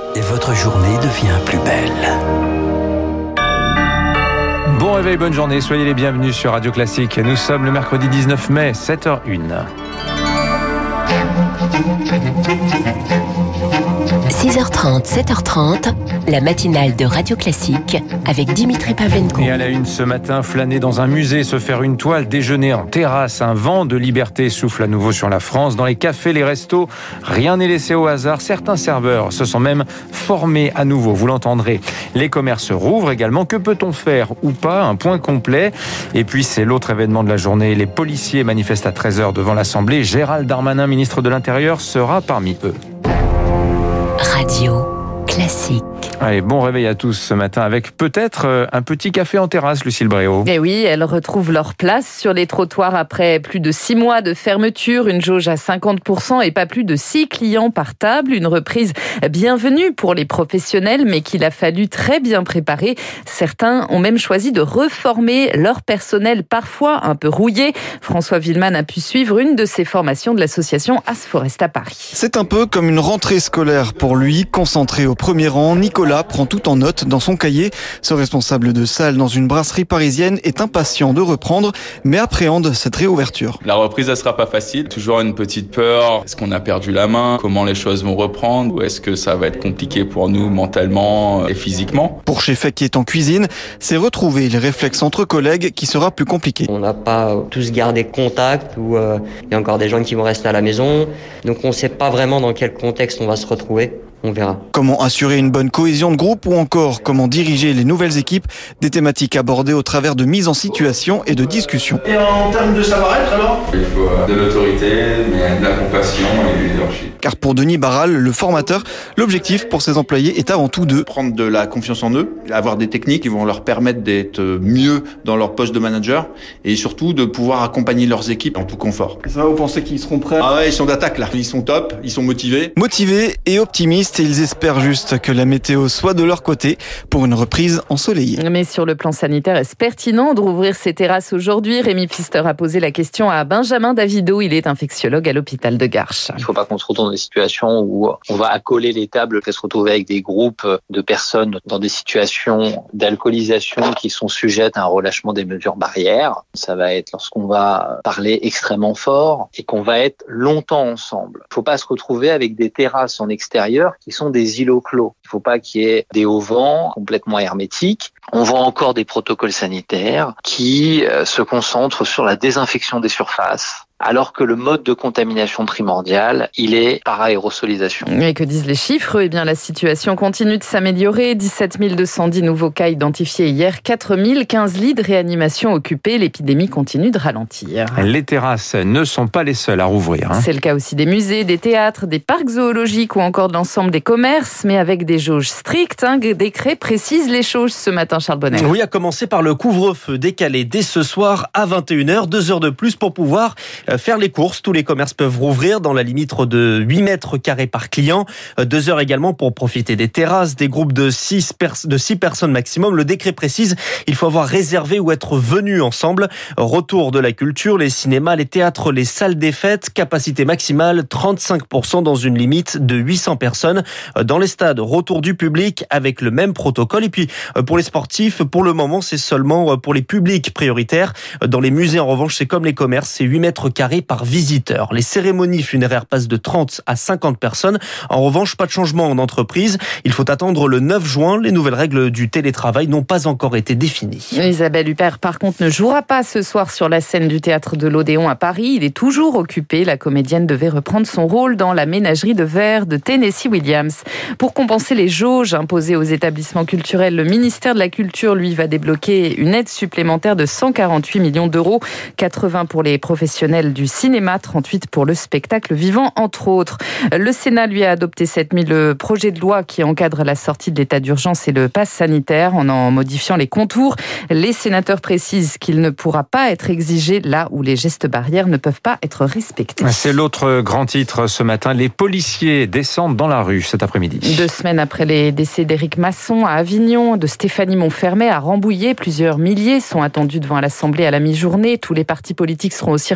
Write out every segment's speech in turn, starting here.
et votre journée devient plus belle. Bon réveil, bonne journée, soyez les bienvenus sur Radio Classique. Nous sommes le mercredi 19 mai, 7h01. 6h30, 7h30, la matinale de Radio Classique avec Dimitri Pavlenko. Et à la une ce matin, flâner dans un musée, se faire une toile, déjeuner en terrasse, un vent de liberté souffle à nouveau sur la France. Dans les cafés, les restos, rien n'est laissé au hasard. Certains serveurs se sont même formés à nouveau, vous l'entendrez. Les commerces rouvrent également. Que peut-on faire ou pas? Un point complet. Et puis c'est l'autre événement de la journée. Les policiers manifestent à 13h devant l'Assemblée. Gérald Darmanin, ministre de l'Intérieur, sera parmi eux. Radio Classique. Allez, bon réveil à tous ce matin avec peut-être un petit café en terrasse, Lucille Bréau. Et oui, elles retrouvent leur place sur les trottoirs après plus de 6 mois de fermeture, une jauge à 50% et pas plus de 6 clients par table. Une reprise bienvenue pour les professionnels, mais qu'il a fallu très bien préparer. Certains ont même choisi de reformer leur personnel, parfois un peu rouillé. François Villeman a pu suivre une de ces formations de l'association As-Forest à Paris. C'est un peu comme une rentrée scolaire pour lui, concentré au premier rang. Nicolas prend tout en note dans son cahier. Ce responsable de salle dans une brasserie parisienne est impatient de reprendre, mais appréhende cette réouverture. La reprise, elle sera pas facile. Toujours une petite peur. Est-ce qu'on a perdu la main? Comment les choses vont reprendre? Ou est-ce que ça va être compliqué pour nous mentalement et physiquement? Pour Chefek qui est en cuisine, c'est retrouver les réflexes entre collègues qui sera plus compliqué. On n'a pas tous gardé contact ou il y a encore des gens qui vont rester à la maison. Donc on ne sait pas vraiment dans quel contexte on va se retrouver. On verra. Comment assurer une bonne cohésion de groupe ou encore comment diriger les nouvelles équipes, des thématiques abordées au travers de mise en situation et de discussions. Et en termes de savoir-être alors? Il faut de l'autorité, mais de la compassion et du leadership. Car pour Denis Barral, le formateur, l'objectif pour ses employés est avant tout de prendre de la confiance en eux, avoir des techniques qui vont leur permettre d'être mieux dans leur poste de manager et surtout de pouvoir accompagner leurs équipes en tout confort. Ça va, vous pensez qu'ils seront prêts? Ah ouais, ils sont d'attaque là, ils sont top, ils sont motivés. Motivés et optimistes, et ils espèrent juste que la météo soit de leur côté pour une reprise ensoleillée. Mais sur le plan sanitaire, est-ce pertinent de rouvrir ces terrasses aujourd'hui? Rémi Pfister a posé la question à Benjamin Davido, il est infectiologue à l'hôpital de Garches. Il ne faut pas qu'on se retrouve dans des situations où on va accoler les tables, se retrouver avec des groupes de personnes dans des situations d'alcoolisation qui sont sujettes à un relâchement des mesures barrières. Ça va être lorsqu'on va parler extrêmement fort et qu'on va être longtemps ensemble. Il ne faut pas se retrouver avec des terrasses en extérieur qui sont des îlots clos. Il ne faut pas qu'il y ait des auvents complètement hermétiques. On voit encore des protocoles sanitaires qui se concentrent sur la désinfection des surfaces, alors que le mode de contamination primordial, il est par aérosolisation. Et que disent les chiffres? Eh bien, la situation continue de s'améliorer. 17 210 nouveaux cas identifiés hier, 4 015 lits de réanimation occupés. L'épidémie continue de ralentir. Les terrasses ne sont pas les seules à rouvrir. C'est le cas aussi des musées, des théâtres, des parcs zoologiques ou encore de l'ensemble des commerces, mais avec des jauges strictes. Un décret précise les choses ce matin, Charles Bonnet. Oui, à commencer par le couvre-feu décalé dès ce soir à 21h, 2 heures de plus pour pouvoir faire les courses. Tous les commerces peuvent rouvrir dans la limite de 8 mètres carrés par client. 2 heures également pour profiter des terrasses, des groupes de 6 personnes maximum. Le décret précise, il faut avoir réservé ou être venu ensemble. Retour de la culture, les cinémas, les théâtres, les salles des fêtes. Capacité maximale 35% dans une limite de 800 personnes. Dans les stades, retour du public avec le même protocole. Et puis pour les sportifs, pour le moment, c'est seulement pour les publics prioritaires. Dans les musées, en revanche, c'est comme les commerces, c'est 8 mètres carrés par visiteur. Les cérémonies funéraires passent de 30 à 50 personnes. En revanche, pas de changement en entreprise. Il faut attendre le 9 juin. Les nouvelles règles du télétravail n'ont pas encore été définies. Isabelle Huppert, par contre, ne jouera pas ce soir sur la scène du théâtre de l'Odéon à Paris. Il est toujours occupé. La comédienne devait reprendre son rôle dans la ménagerie de verre de Tennessee Williams. Pour compenser les jauges imposées aux établissements culturels, le ministère de la Culture, lui, va débloquer une aide supplémentaire de 148 millions d'euros. 80 pour les professionnels du cinéma, 38 pour le spectacle vivant, entre autres. Le Sénat, lui, a adopté cette nuit le projet de loi qui encadre la sortie de l'état d'urgence et le pass sanitaire en modifiant les contours. Les sénateurs précisent qu'il ne pourra pas être exigé là où les gestes barrières ne peuvent pas être respectés. C'est l'autre grand titre ce matin. Les policiers descendent dans la rue cet après-midi. 2 semaines après les décès d'Éric Masson à Avignon, de Stéphanie Montfermet à Rambouillet, plusieurs milliers sont attendus devant l'Assemblée à la mi-journée. Tous les partis politiques seront aussi représentés.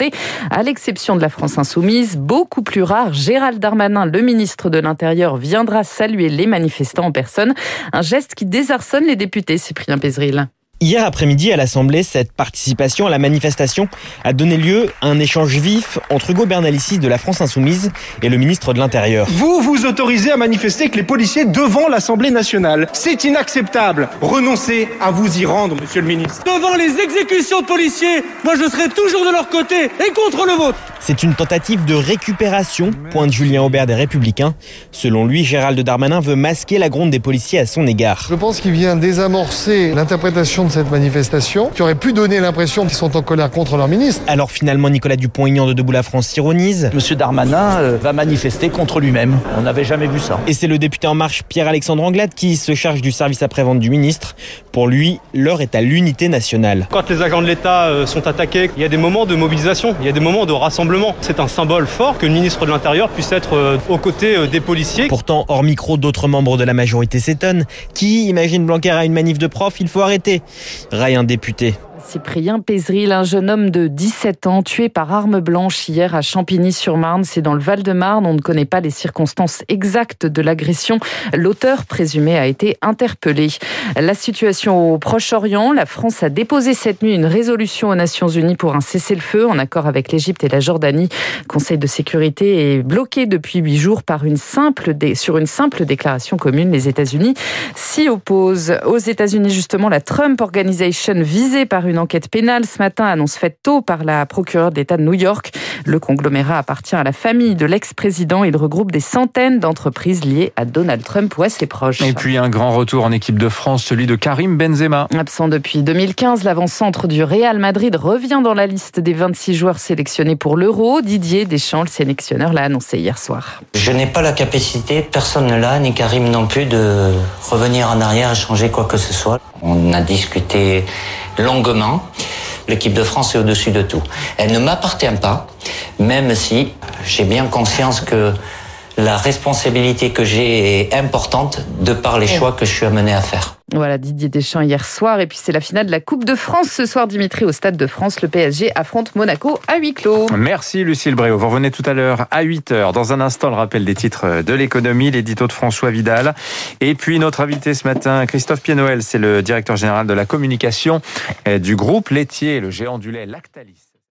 présentés, à l'exception de la France Insoumise. Beaucoup plus rare, Gérald Darmanin, le ministre de l'Intérieur, viendra saluer les manifestants en personne. Un geste qui désarçonne les députés, Cyprien Pézeril. Hier après-midi à l'Assemblée, cette participation à la manifestation a donné lieu à un échange vif entre Ugo Bernalicis de la France Insoumise et le ministre de l'Intérieur. Vous vous autorisez à manifester avec les policiers devant l'Assemblée nationale. C'est inacceptable. Renoncez à vous y rendre, monsieur le ministre. Devant les exécutions de policiers, moi je serai toujours de leur côté et contre le vôtre. C'est une tentative de récupération, pointe Julien Aubert des Républicains. Selon lui, Gérald Darmanin veut masquer la gronde des policiers à son égard. Je pense qu'il vient désamorcer l'interprétation de cette manifestation, qui aurait pu donner l'impression qu'ils sont en colère contre leur ministre. Alors finalement, Nicolas Dupont-Aignan de Debout la France s'ironise. Monsieur Darmanin va manifester contre lui-même. On n'avait jamais vu ça. Et c'est le député En Marche, Pierre-Alexandre Anglade, qui se charge du service après-vente du ministre. Pour lui, l'heure est à l'unité nationale. Quand les agents de l'État sont attaqués, il y a des moments de mobilisation, il y a des moments de rassemblement. C'est un symbole fort que le ministre de l'Intérieur puisse être aux côtés des policiers. Pourtant, hors micro, d'autres membres de la majorité s'étonnent. Qui imagine Blanquer à une manif de profs? Il faut arrêter. Raille un député. Cyprien Pézeril, un jeune homme de 17 ans tué par arme blanche hier à Champigny-sur-Marne. C'est dans le Val-de-Marne. On ne connaît pas les circonstances exactes de l'agression. L'auteur présumé a été interpellé. La situation au Proche-Orient. La France a déposé cette nuit une résolution aux Nations Unies pour un cessez-le-feu en accord avec l'Égypte et la Jordanie. Le Conseil de sécurité est bloqué depuis 8 jours sur une simple déclaration commune. Les États-Unis s'y opposent. Aux États-Unis, justement, la Trump Organization, visée par une enquête pénale ce matin, annonce faite tôt par la procureure d'État de New York. Le conglomérat appartient à la famille de l'ex-président. Il regroupe des centaines d'entreprises liées à Donald Trump ou à ses proches. Et puis un grand retour en équipe de France, celui de Karim Benzema. Absent depuis 2015, l'avant-centre du Real Madrid revient dans la liste des 26 joueurs sélectionnés pour l'Euro. Didier Deschamps, le sélectionneur, l'a annoncé hier soir. Je n'ai pas la capacité, personne ne l'a, ni Karim non plus, de revenir en arrière et changer quoi que ce soit. On a discuté longuement. L'équipe de France est au-dessus de tout. Elle ne m'appartient pas, même si j'ai bien conscience que la responsabilité que j'ai est importante de par les choix que je suis amené à faire. Voilà, Didier Deschamps hier soir. Et puis c'est la finale de la Coupe de France ce soir, Dimitri, au Stade de France. Le PSG affronte Monaco à huis clos. Merci Lucille Bréau. Vous revenez tout à l'heure à 8h. Dans un instant, le rappel des titres de l'économie, l'édito de François Vidal. Et puis notre invité ce matin, Christophe Pied-Noël, c'est le directeur général de la communication du groupe laitier, le géant du lait Lactalis.